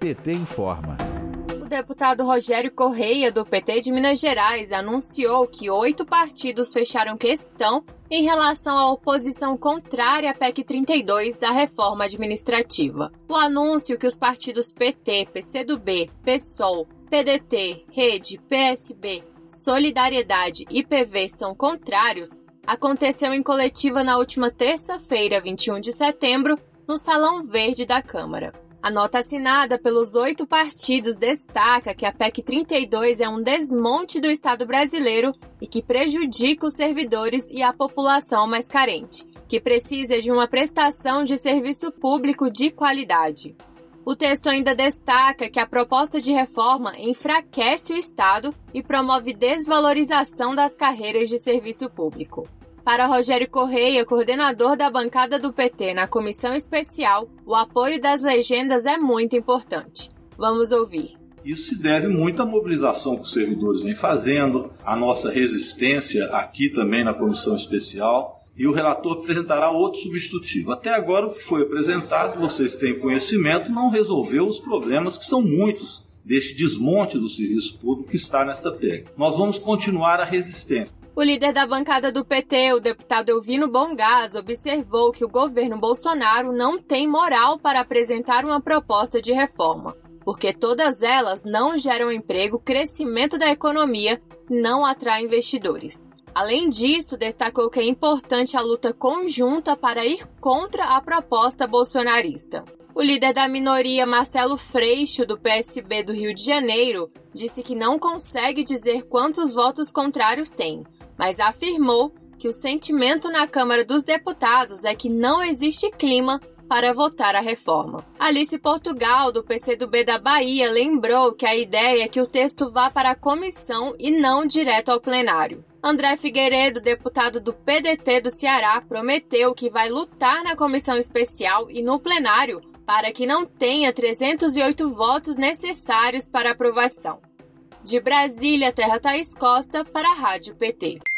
PT informa. O deputado Rogério Correia, do PT de Minas Gerais, anunciou que 8 partidos fecharam questão em relação à oposição contrária à PEC 32 da reforma administrativa. O anúncio que os partidos PT, PCdoB, PSOL, PDT, Rede, PSB, Solidariedade e PV são contrários aconteceu em coletiva na última terça-feira, 21 de setembro, no Salão Verde da Câmara. A nota assinada pelos 8 partidos destaca que a PEC 32 é um desmonte do Estado brasileiro e que prejudica os servidores e a população mais carente, que precisa de uma prestação de serviço público de qualidade. O texto ainda destaca que a proposta de reforma enfraquece o Estado e promove desvalorização das carreiras de serviço público. Para Rogério Correia, coordenador da bancada do PT na comissão especial, o apoio das legendas é muito importante. Vamos ouvir. Isso se deve muito à mobilização que os servidores vêm fazendo, à nossa resistência aqui também na comissão especial, e o relator apresentará outro substitutivo. Até agora, o que foi apresentado, vocês têm conhecimento, não resolveu os problemas que são muitos deste desmonte do serviço público que está nesta PEC. Nós vamos continuar a resistência. O líder da bancada do PT, o deputado Elvino Bongás, observou que o governo Bolsonaro não tem moral para apresentar uma proposta de reforma, porque todas elas não geram emprego, crescimento da economia e não atraem investidores. Além disso, destacou que é importante a luta conjunta para ir contra a proposta bolsonarista. O líder da minoria, Marcelo Freixo, do PSB do Rio de Janeiro, disse que não consegue dizer quantos votos contrários tem, mas afirmou que o sentimento na Câmara dos Deputados é que não existe clima para votar a reforma. Alice Portugal, do PCdoB da Bahia, lembrou que a ideia é que o texto vá para a comissão e não direto ao plenário. André Figueiredo, deputado do PDT do Ceará, prometeu que vai lutar na comissão especial e no plenário para que não tenha 308 votos necessários para aprovação. De Brasília, Terra Thaís Costa, para a Rádio PT.